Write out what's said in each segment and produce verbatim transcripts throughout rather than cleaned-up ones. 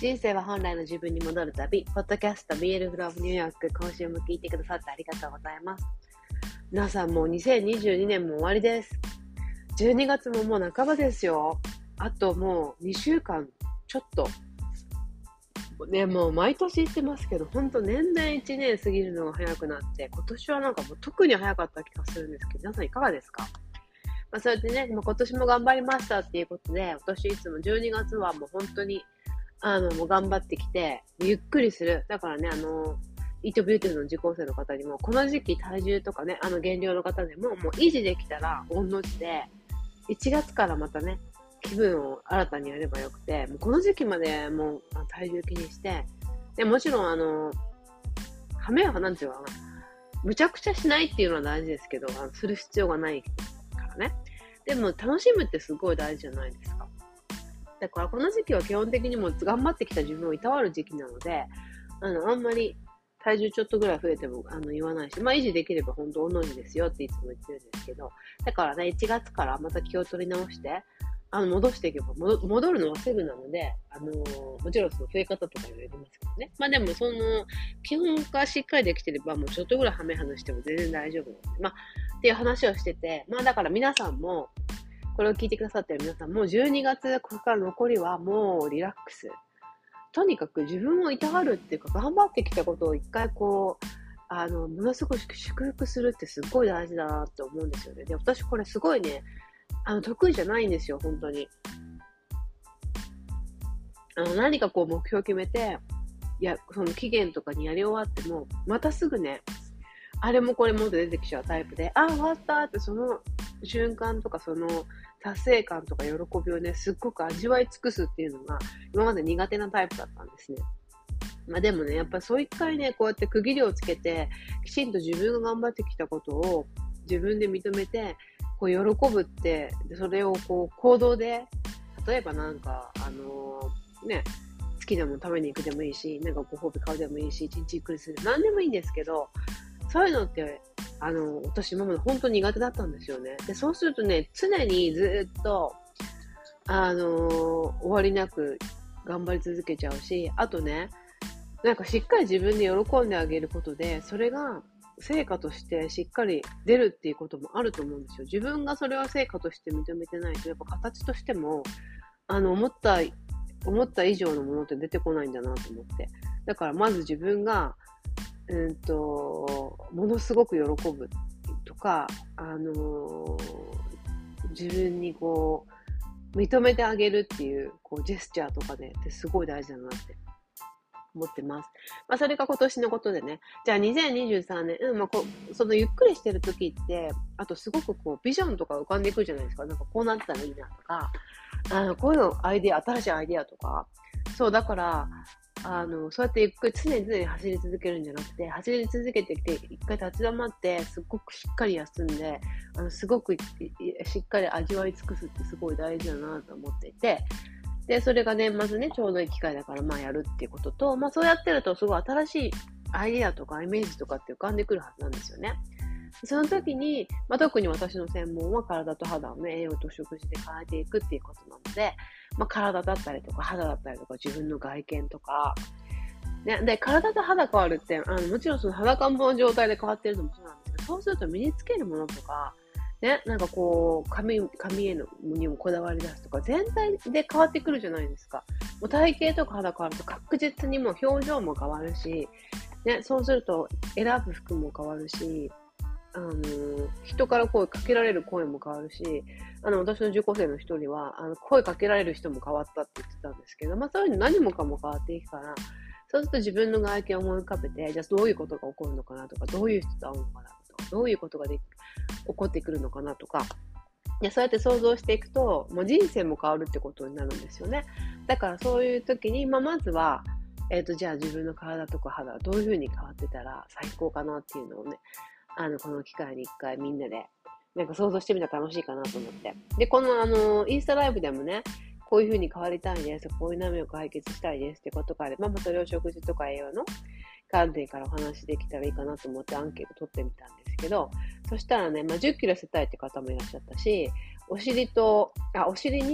人生は本来の自分に戻る旅、ポッドキャスト ビーエル from ニューヨーク、今週も聞いてくださってありがとうございます。皆さんもうにせんにじゅうにねんも終わりです。じゅうにがつももう半ばですよ。あともうにしゅうかんちょっと。ね、もう毎年言ってますけど、ほんと年々いちねん過ぎるのが早くなって、今年はなんかもう特に早かった気がするんですけど、皆さんいかがですか？まあ、そうやってね、まあ、今年も頑張りましたっていうことで、私いつもじゅうにがつはもう本当にあの、もう頑張ってきて、ゆっくりする。だからね、あの、イートビューティーの受講生の方にも、この時期体重とかね、あの減量の方でも、もう維持できたら、御の字で、いちがつからまたね、気分を新たにやればよくて、もうこの時期までもう体重気にして、で、もちろんあの、はめはなんていうのかな、むちゃくちゃしないっていうのは大事ですけど、あのする必要がないからね。でも楽しむってすごい大事じゃないですか。だからこの時期は基本的にも頑張ってきた自分をいたわる時期なので、あの、あんまり体重ちょっとぐらい増えてもあの言わないし、まあ維持できれば本当同じですよっていつも言ってるんですけど、だからね、いちがつからまた気を取り直して、あの、戻していけば、戻るのはすぐなので、あのー、もちろんその増え方とか言われますけどね。まあでもその、基本がしっかりできてれば、もうちょっとぐらいはめ外しても全然大丈夫なので、まあ、っていう話をしてて、まあだから皆さんも、これを聞いてくださっている皆さんも、じゅうにがつから残りはもうリラックス。とにかく自分をいたわるっていうか、頑張ってきたことを一回こう、あの、ものすごく祝福するってすっごい大事だなって思うんですよね。で、私これすごいね、あの、得意じゃないんですよ、本当に。あの、何かこう目標を決めて、いや、その期限とかにやり終わっても、またすぐね、あれもこれも出てきちゃうタイプで、あ、終わったってその瞬間とかその達成感とか喜びをね、すっごく味わい尽くすっていうのが今まで苦手なタイプだったんですね。まあでもね、やっぱそう一回ね、こうやって区切りをつけて、きちんと自分が頑張ってきたことを自分で認めて、こう喜ぶって、それをこう行動で、例えばなんか、あのー、ね、好きなもの食べに行くでもいいし、なんかご褒美買うでもいいし、一日ゆっくりする。何でもいいんですけど、そういうのって、あの、私今まで本当に苦手だったんですよね。で、そうするとね、常にずっと、あのー、終わりなく頑張り続けちゃうし、あとね、なんかしっかり自分で喜んであげることで、それが成果としてしっかり出るっていうこともあると思うんですよ。自分がそれは成果として認めてないと、やっぱ形としても、あの、思った、思った以上のものって出てこないんだなと思って。だからまず自分が、うんと、ものすごく喜ぶとか、あのー、自分にこう、認めてあげるっていう、こう、ジェスチャーとかで、ってすごい大事だなって思ってます。まあ、それが今年のことでね。じゃあ、にせんにじゅうさんねん、うん、まあ、こう、そのゆっくりしてる時って、あとすごくこう、ビジョンとか浮かんでいくじゃないですか。なんかこうなったらいいなとか、あの、こういうのアイデア、新しいアイデアとか。そう、だから、あの、そうやってゆっくり常に常に走り続けるんじゃなくて、走り続けてきて、一回立ち止まって、すっごくしっかり休んで、あの、すごくしっかり味わい尽くすってすごい大事だなと思っていて、で、それが年末ね、ちょうどいい機会だから、まあやるっていうことと、まあそうやってると、すごい新しいアイデアとかイメージとかって浮かんでくるはずなんですよね。その時に、まあ、特に私の専門は体と肌をね、栄養と食事で変えていくっていうことなので、まあ、体だったりとか肌だったりとか自分の外見とか、ね、で、体と肌変わるって、あの、もちろんその肌感の状態で変わってるのもそうなんですけど、そうすると身につけるものとか、ね、なんかこう、髪、髪へのにもこだわり出すとか、全体で変わってくるじゃないですか。もう体型とか肌変わると確実にもう表情も変わるし、ね、そうすると選ぶ服も変わるし、あの、人から声かけられる声も変わるし、あの、私の受講生の一人は、あの、声かけられる人も変わったって言ってたんですけど、まあそういうの何もかも変わっていくから、そうすると自分の外見を思い浮かべて、じゃあどういうことが起こるのかなとか、どういう人と会うのかなとか、どういうことがで起こってくるのかなとか、でそうやって想像していくと、もう人生も変わるってことになるんですよね。だからそういう時に、まあ、まずは、えっと、じゃあ自分の体とか肌はどういう風に変わってたら最高かなっていうのをね、あの、この機会に一回みんなで、なんか想像してみたら楽しいかなと思って。で、このあの、インスタライブでもね、こういう風に変わりたいです、こういう悩みを解決したいですってことから、まあ、それを食事とか栄養の観点からお話できたらいいかなと思ってアンケート取ってみたんですけど、そしたらね、まあ、じゅっキロ痩せたいって方もいらっしゃったし、お尻と、あ、お尻に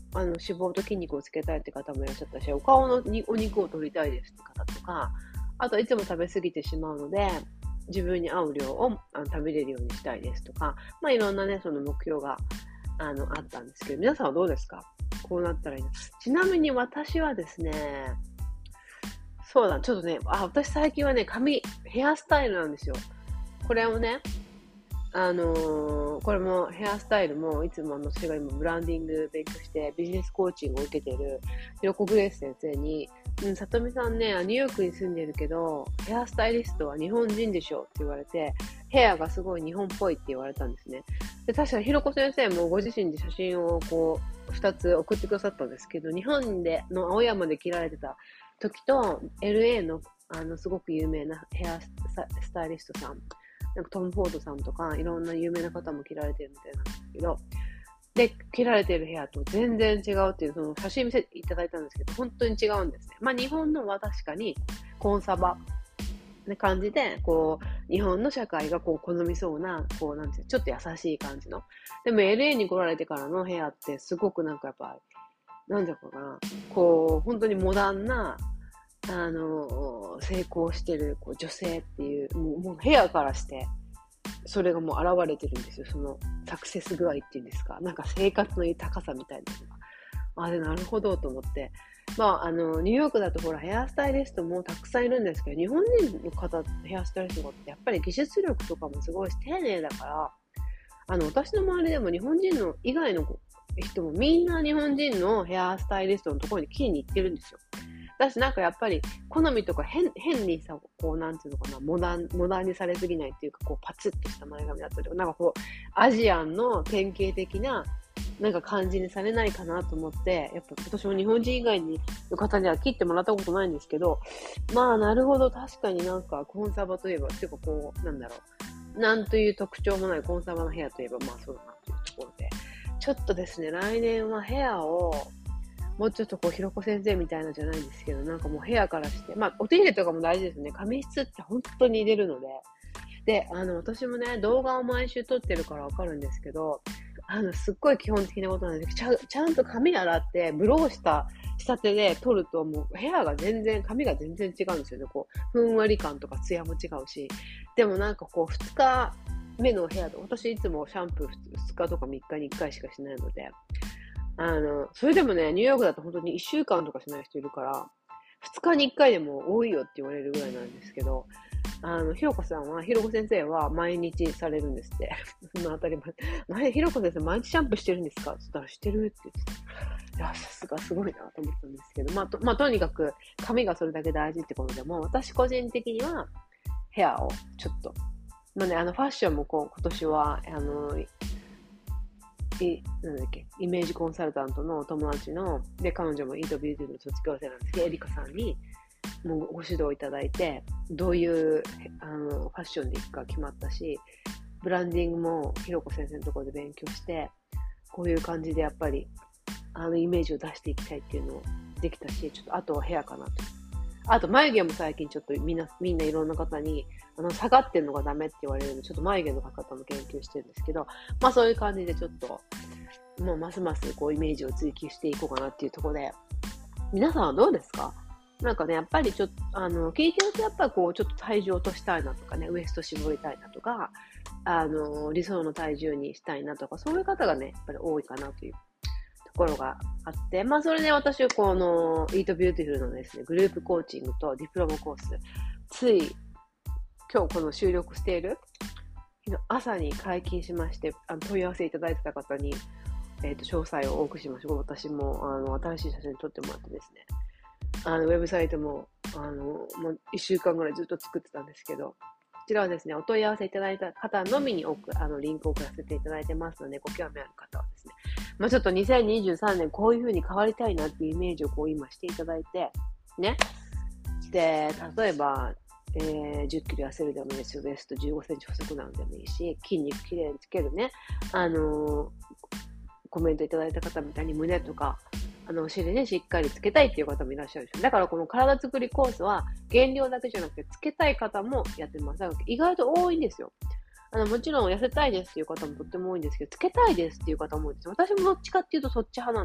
あの脂肪と筋肉をつけたいって方もいらっしゃったし、お顔のにお肉を取りたいですって方とか、あといつも食べ過ぎてしまうので、自分に合う量をあの食べれるようにしたいですとか、まあいろんなね、その目標があのあったんですけど、皆さんはどうですか？こうなったらいいな。ちなみに私はですね、そうだ、ちょっとね、あ、私最近はね、髪、ヘアスタイルなんですよ。これをね、あのー、これもヘアスタイルもいつも私が今ブランディング勉強してビジネスコーチングを受けている横グレース先生に、うん、さとみさんね、ニューヨークに住んでるけど、ヘアスタイリストは日本人でしょって言われて、ヘアがすごい日本っぽいって言われたんですね。で、確かにひろこ先生もご自身で写真をこう、二つ送ってくださったんですけど、日本での青山で切られてた時と、エルエー のあの、すごく有名なヘアスタイリストさん、なんかトム・フォードさんとか、いろんな有名な方も着られてるみたいなんですけど、で、着られてる部屋と全然違うっていう、その写真見せていただいたんですけど、本当に違うんですね。まあ日本のは確かにコンサバな感じで、こう、日本の社会がこう好みそうな、こうなんていう、ちょっと優しい感じの。でも エルエー に来られてからの部屋ってすごくなんかやっぱり、なんだろうかな、こう、本当にモダンな、あの、成功してるこう女性っていう、もう、もう部屋からして、それがもう現れてるんですよ。そのサクセス具合っていうんですか。なんか生活の豊かさみたいなのが。あれ、なるほどと思って。まあ、あの、ニューヨークだとほら、ヘアスタイリストもたくさんいるんですけど、日本人の方、ヘアスタイリストってやっぱり技術力とかもすごい丁寧だから、あの、私の周りでも日本人の以外の人もみんな日本人のヘアスタイリストのところに切りに行ってるんですよ。だしなんかやっぱり好みとか変、変にさ、こうなんていうのかな、モダン、モダンにされすぎないっていうか、こうパツッとした前髪だったりとか、なんかこう、アジアンの典型的な、なんか感じにされないかなと思って、やっぱ私も日本人以外にの方には切ってもらったことないんですけど、まあなるほど、確かになんかコンサバといえば、っていうかこう、なんだろう、なんという特徴もないコンサバのヘアといえば、まあそうだなというところで、ちょっとですね、来年はヘアを、もうちょっとこう、ひろこ先生みたいなじゃないんですけど、なんかもうヘアからして、まあ、お手入れとかも大事ですね。髪質って本当に出るので。で、あの、私もね、動画を毎週撮ってるからわかるんですけど、あの、すっごい基本的なことなんですけど、ちゃちゃんと髪洗って、ブローした、したてで撮ると、もうヘアが全然、髪が全然違うんですよね。こう、ふんわり感とかツヤも違うし。でもなんかこう、二日目のヘアと、私いつもシャンプー二日とか三日に一回しかしないので、あの、それでもね、ニューヨークだと本当にいっしゅうかんとかしない人いるから、ふつかにいっかいでも多いよって言われるぐらいなんですけど、あの、ひろこさんは、ひろこ先生は毎日されるんですって。そんな当たり前。前、ひろこ先生毎日シャンプーしてるんですかって言ったら、してるって言ってた。いや、さすがすごいなと思ったんですけど、まあ、と、まあ、とにかく、髪がそれだけ大事ってことでも、私個人的には、ヘアをちょっと、まあね、あの、ファッションもこう、今年は、あの、いなんだっけ、イメージコンサルタントの友達の、で、彼女もイートビューティーの卒業生なんですけど、エリカさんに、もうご指導いただいて、どういうあのファッションでいくか決まったし、ブランディングもひろこ先生のところで勉強して、こういう感じでやっぱり、あのイメージを出していきたいっていうのをできたし、ちょっとあとはヘアかなと。あと眉毛も最近ちょっとみんな、みんないろんな方に、あの、下がってるのがダメって言われるので、ちょっと眉毛の描き方も研究してるんですけど、まあそういう感じでちょっと、もうますますこうイメージを追求していこうかなっていうところで、皆さんはどうですか？なんかね、やっぱりちょっと、あの、聞いてるとやっぱりこう、ちょっと体重を落としたいなとかね、ウエスト絞りたいなとか、あの、理想の体重にしたいなとか、そういう方がね、やっぱり多いかなというところがあって、まあそれで私はこの、イートビューティフルのですね、グループコーチングとディプロマコース、つい、今日この収録している日の朝に解禁しまして、あの問い合わせいただいてた方に、えっと、詳細を多くしました。私も、あの、新しい写真撮ってもらってですね、あの、ウェブサイトも、あの、もういっしゅうかんぐらいずっと作ってたんですけど、こちらはですね、お問い合わせいただいた方のみに多く、あの、リンクを送らせていただいてますので、ご興味ある方はですね、まあちょっとにせんにじゅうさんねんこういう風に変わりたいなっていうイメージをこう今していただいて、ね。で、例えば、えー、じゅっキロ痩せるでもいいですよ。ウエストじゅうごセンチ細くなるでもいいし、筋肉きれいにつけるね。あのー、コメントいただいた方みたいに胸とか、あの、お尻ね、しっかりつけたいっていう方もいらっしゃるでしょ。だからこの体作りコースは、減量だけじゃなくて、つけたい方もやってます。だから意外と多いんですよ。あの、もちろん痩せたいですっていう方もとっても多いんですけど、つけたいですっていう方も多いんですよ。私もどっちかっていうとそっち派なんですよ。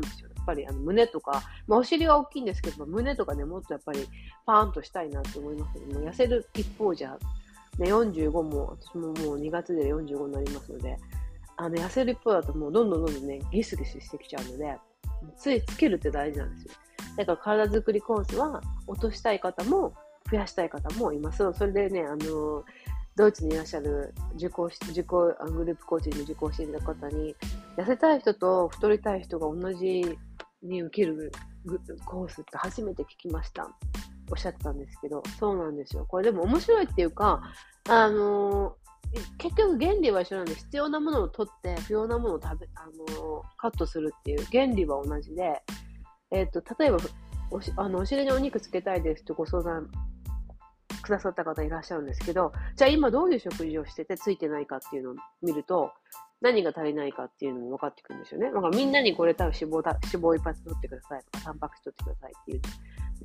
ぱりあの胸とか、まあ、お尻は大きいんですけど、胸とかね、もっとやっぱりパーンとしたいなと思いますけども、痩せる一方じゃ、ね、よんじゅうごも、私ももうにがつでよんじゅうごになりますので、あの、痩せる一方だともうどんどんどんどんね、ギスギスしてきちゃうので、ついつけるって大事なんですよ。だから体作りコースは、落としたい方も、増やしたい方もいます。それでね、あの、ドイツにいらっしゃる受講し、受講、グループコーチング受講していた方に、痩せたい人と太りたい人が同じに受けるコースって初めて聞きました。おっしゃってたんですけど、そうなんですよ。これでも面白いっていうか、あの結局原理は一緒なんで、必要なものを取って不要なものを食べ、あのカットするっていう原理は同じで、えっと、例えば、おし、あの、お尻にお肉つけたいですってご相談くださった方いらっしゃるんですけど、じゃあ今どういう食事をしててついてないかっていうのを見ると、何が足りないかっていうのも分かってくるんですよね。だからみんなにこれ多分脂肪だ、脂肪を一発取ってくださいとか、タンパク質取ってくださいっていう、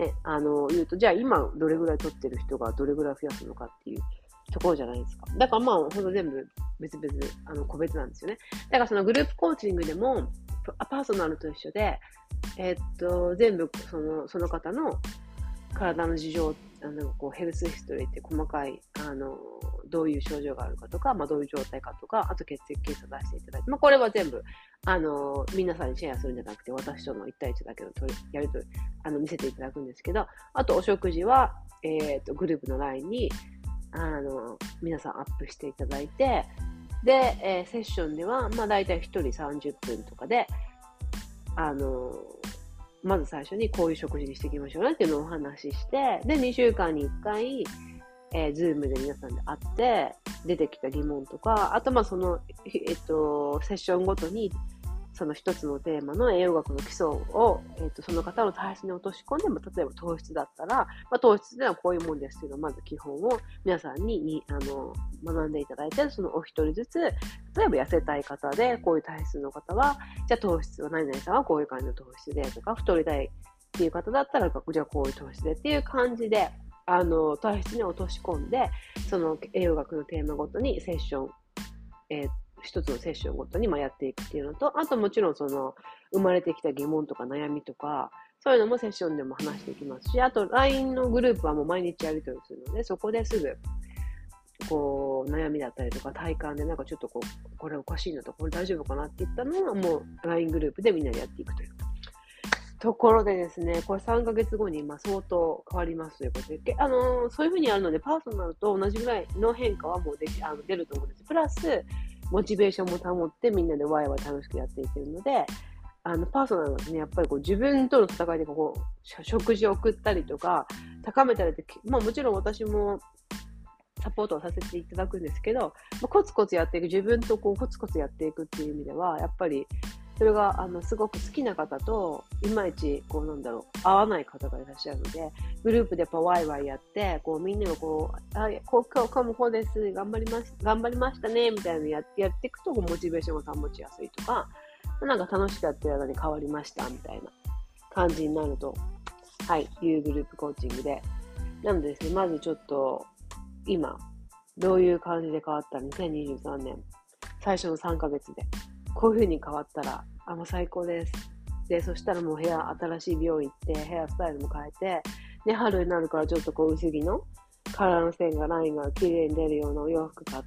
ね、あの、言うと、じゃあ今どれぐらい取ってる人がどれぐらい増やすのかっていうところじゃないですか。だからまあ、ほんと全部別々、あの、個別なんですよね。だからそのグループコーチングでも、パーソナルと一緒で、えー、っと、全部その、その方の体の事情、あのこうヘルスヒストリーって細かい、あの、どういう症状があるかとか、まあ、どういう状態かとか、あと血液検査出していただいて、まあ、これは全部、あの、皆さんにシェアするんじゃなくて、私とのいち対いちだけの取りやりとり、あの、見せていただくんですけど、あとお食事は、えっと、グループの ライン に、あの、皆さんアップしていただいて、で、えー、セッションでは、まあ、だいたいひとりさんじゅっぷんとかで、あの、まず最初にこういう食事にしていきましょうねっていうのをお話しして、で、にしゅうかんにいっかい、えー、ズームで皆さんで会って、出てきた疑問とか、あとまあその、えっと、セッションごとに、その一つのテーマの栄養学の基礎を、えっと、その方の体質に落とし込んでも、例えば糖質だったら、まあ、糖質ではこういうもんですっていうのを、まず基本を皆さんに、にあの学んでいただいて、そのお一人ずつ、例えば痩せたい方で、こういう体質の方は、じゃあ糖質は何々さんはこういう感じの糖質でとか、太りたいっていう方だったら、じゃあこういう糖質でっていう感じで、あの、体質に落とし込んで、その栄養学のテーマごとにセッション、えー一つのセッションごとにまあやっていくっていうのと、あともちろんその生まれてきた疑問とか悩みとか、そういうのもセッションでも話していきますし、あと ライン のグループはもう毎日やり取りするので、そこですぐこう悩みだったりとか体感でなんかちょっとこう、これおかしいなと、これ大丈夫かなって言ったのはもう ライン グループでみんなでやっていくというところでですね、これさんかげつごにまあ相当変わりますということで、あのー、そういうふうにあるので、パーソナルと同じぐらいの変化はもうできあの出ると思うんです。プラス、モチベーションも保ってみんなでワイワイ楽しくやっていけるので、あの、パーソナルはですね、やっぱりこう自分との戦いでこう、食事を送ったりとか、高めたりって、まあもちろん私もサポートをさせていただくんですけど、まあ、コツコツやっていく、自分とこうコツコツやっていくっていう意味では、やっぱり、それが、あの、すごく好きな方と、いまいち、こう、なんだろう、合わない方がいらっしゃるので、グループでやっぱワイワイやって、こう、みんながこう、あ、こう、今日、今日もこうです、頑張りまし、頑張りましたね、みたいなのやってやっていくと、モチベーションが保ちやすいとか、なんか楽しくやってる間に変わりました、みたいな感じになると、はい、いうグループコーチングで。なのでですね、まずちょっと、今、どういう感じで変わったら、にせんにじゅうさんねん、最初のさんかげつで、こういう風に変わったら、あ、もう最高です。で、そしたらもう部屋、新しい美容院行って、ヘアスタイルも変えて、で、春になるからちょっとこう薄着の体の線が、ラインが綺麗に出るようなお洋服買って、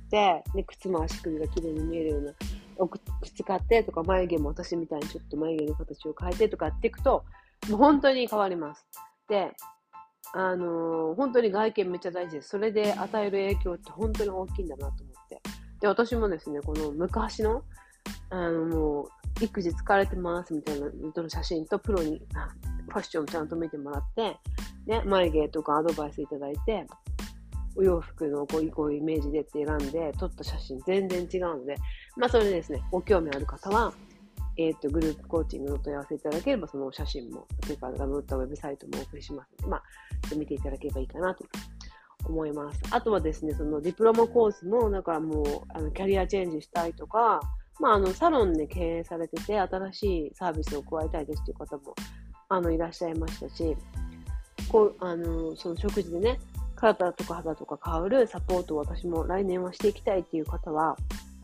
で、靴も足首が綺麗に見えるような靴買ってとか、眉毛も私みたいにちょっと眉毛の形を変えてとかやっていくと、もう本当に変わります。で、あのー、本当に外見めっちゃ大事です。それで与える影響って本当に大きいんだなと思って。で、私もですね、この昔の、あの、もう、育児疲れてますみたいなの写真とプロにファッションちゃんと見てもらって、ね、眉毛とかアドバイスいただいて、お洋服のこういうこういうイメージでって選んで撮った写真全然違うので、まあそれでですね、ご興味ある方は、えっと、グループコーチングのお問い合わせいただければ、その写真も、というか、載ったウェブサイトもお送りしますので、まあ、見ていただければいいかなと思います。あとはですね、そのディプロマコースも、だからもう、あの、キャリアチェンジしたいとか、まあ、あの、サロンで経営されてて、新しいサービスを加えたいですという方も、あの、いらっしゃいましたし、こう、あの、その食事でね、体とか肌とか変わるサポートを私も来年はしていきたいっていう方は、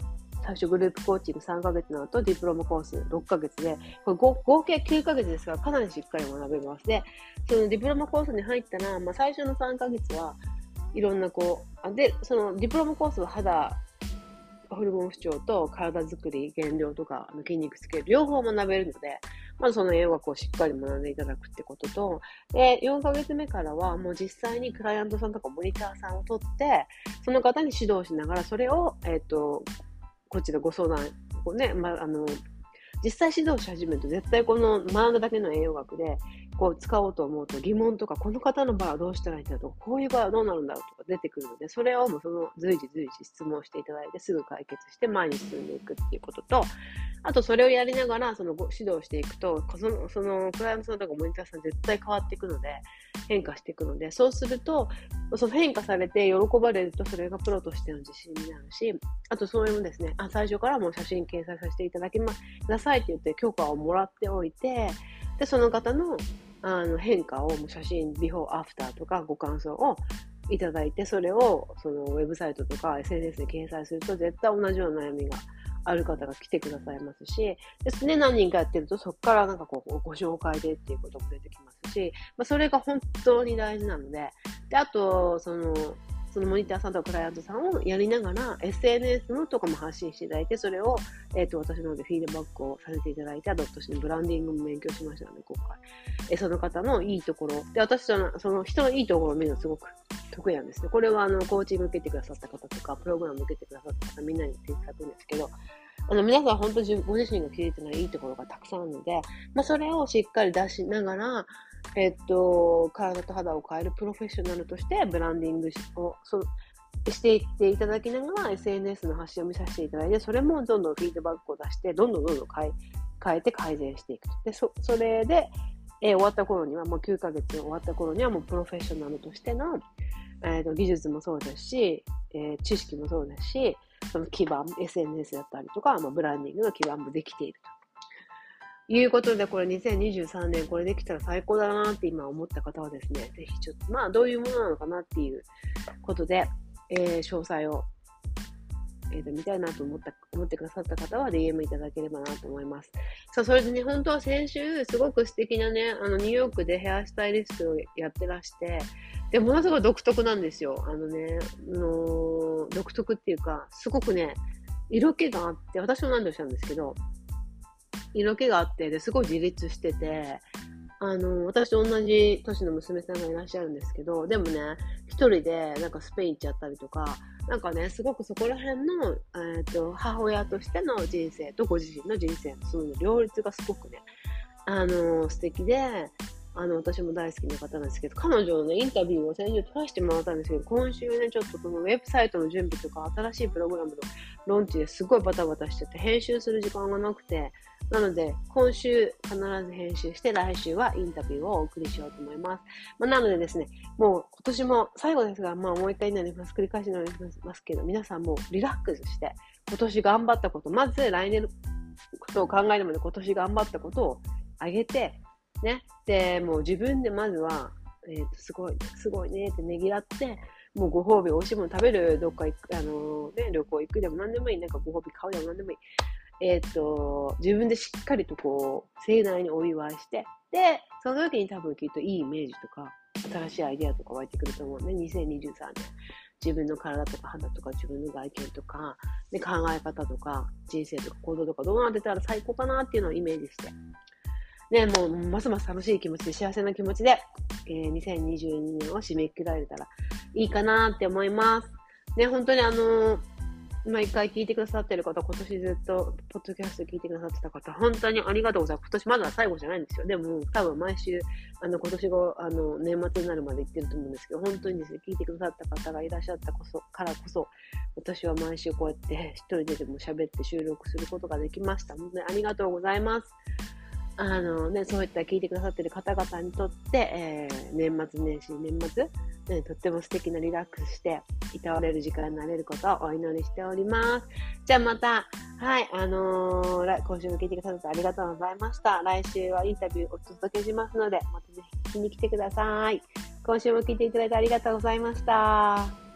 最初グループコーチングさんかげつの後、ディプロマコースろっかげつで、これ合計きゅうかげつですから、かなりしっかり学べます。で、そのディプロマコースに入ったら、まあ、最初のさんかげつはいろんなこう、あで、そのディプロマコースは肌、ホルモン不調と体作り、減量とか筋肉つける両方学べるので、まずその栄養学をしっかり学んでいただくってことと、で、よんかげつめからはもう実際にクライアントさんとかモニターさんを取って、その方に指導しながら、それを、えっと、こっちでご相談、こうね、まあ、あの、実際指導し始めると絶対この学んだだけの栄養学でこう使おうと思うと疑問とか、この方の場合はどうしたらいいんだとか、こういう場合はどうなるんだろうとか出てくるので、それをもうその随時随時質問していただいてすぐ解決して前に進んでいくっていうことと、あとそれをやりながらそのご指導していくと、その、そのクライアントさんとかモニターさん絶対変わっていくので、変化していくので、そうすると、その変化されて喜ばれると、それがプロとしての自信になるし、あとそれもですね、あ、最初からもう写真掲載させていただきます、くださいって言って許可をもらっておいて、で、その方の、あの変化をもう写真、ビフォー、アフターとかご感想をいただいて、それをそのウェブサイトとか エスエヌエス で掲載すると、絶対同じような悩みがある方が来てくださいますし、ですね、何人かやってると、そこからなんかこう、ご紹介でっていうことも出てきますし、まあ、それが本当に大事なので、で、あと、その、そのモニターさんとかクライアントさんをやりながら エスエヌエス のとかも発信していただいて、それを、えっと、私の方でフィードバックをさせていただいて、アドプトしてブランディングも勉強しましたので、今回。え、その方のいいところ。で、私との、その人のいいところを見るのすごく得意なんですね。これは、あの、コーチング受けてくださった方とか、プログラム受けてくださった方、みんなに言っていただくんですけど、あの、皆さん本当にご自身が気づいてないいいところがたくさんあるので、まあ、それをしっかり出しながら、えっと、体と肌を変えるプロフェッショナルとして、ブランディングを、そしていっていただきながら エスエヌエス の発信を見させていただいて、それもどんどんフィードバックを出して、どんどんどんどん変え、変えて改善していくと。で、そ、それで、えー、終わった頃には、もうきゅうかげつ終わった頃にはもうプロフェッショナルとしての、えーと、技術もそうですし、えー、知識もそうですし、その基盤、エスエヌエス だったりとか、まあ、ブランディングの基盤もできているということで、これにせんにじゅうさんねんこれできたら最高だなって今思った方はですね、ぜひちょっと、まあどういうものなのかなっていうことで、えー、詳細を、えーと、見たいなと思った、思ってくださった方は ディーエム いただければなと思います。さあ、それでね、本当は先週、すごく素敵なね、あの、ニューヨークでヘアスタイリストをやってらして、で、ものすごい独特なんですよ。あのね、あのー、独特っていうか、すごくね、色気があって、私も何度したんですけど、色気があって、で、すごい自立してて、あの、私と同じ年の娘さんがいらっしゃるんですけど、でもね、一人でなんかスペイン行っちゃったりとか、なんかね、すごくそこら辺の、えっと、母親としての人生とご自身の人生のその両立がすごくね、あの、素敵で、あの、私も大好きな方なんですけど、彼女のね、インタビューを先週取らせてもらったんですけど、今週ね、ちょっとそのウェブサイトの準備とか、新しいプログラムのローンチですごいバタバタしてて、編集する時間がなくて、なので、今週必ず編集して、来週はインタビューをお送りしようと思います。まあ、なのでですね、もう今年も最後ですが、まあもう一回になります。繰り返しになりますけど、皆さんもリラックスして、今年頑張ったこと、まず来年のことを考えるので、今年頑張ったことを上げて、ね。で、もう自分でまずは、えっと、すごい、すごいねってねぎらって、もうご褒美、美味しいもの食べる、どっか行く、あのー、ね、旅行行くでも何でもいい、なんかご褒美買うでも何でもいい。えっと、自分でしっかりとこう、盛大にお祝いして、で、その時に多分きっといいイメージとか、新しいアイデアとか湧いてくると思うね。にせんにじゅうさんねん。自分の体とか肌とか自分の外見とか、で、考え方とか、人生とか行動とかどうなってたら最高かなっていうのをイメージして。ね、もう、ますます楽しい気持ちで、幸せな気持ちで、えー、にせんにじゅうにねんを締めくくられたらいいかなって思います。ね、本当にあのー、毎回聞いてくださってる方、今年ずっと、ポッドキャスト聞いてくださってた方、本当にありがとうございます。今年まだ最後じゃないんですよ。でも、多分毎週、あの、今年後、あの、年末になるまで言ってると思うんですけど、本当にですね、聞いてくださった方がいらっしゃったこそ、からこそ、私は毎週こうやって一人ででも喋って収録することができました。本当にありがとうございます。あのね、そういった聞いてくださっている方々にとって、えー、年末年始、年末、ね、とっても素敵なリラックスして、いたわれる時間になれることをお祈りしております。じゃあまた、はい、あのー、今週も聞いてくださってありがとうございました。来週はインタビューをお届けしますので、またぜひ聞きに来てください。今週も聞いていただいてありがとうございました。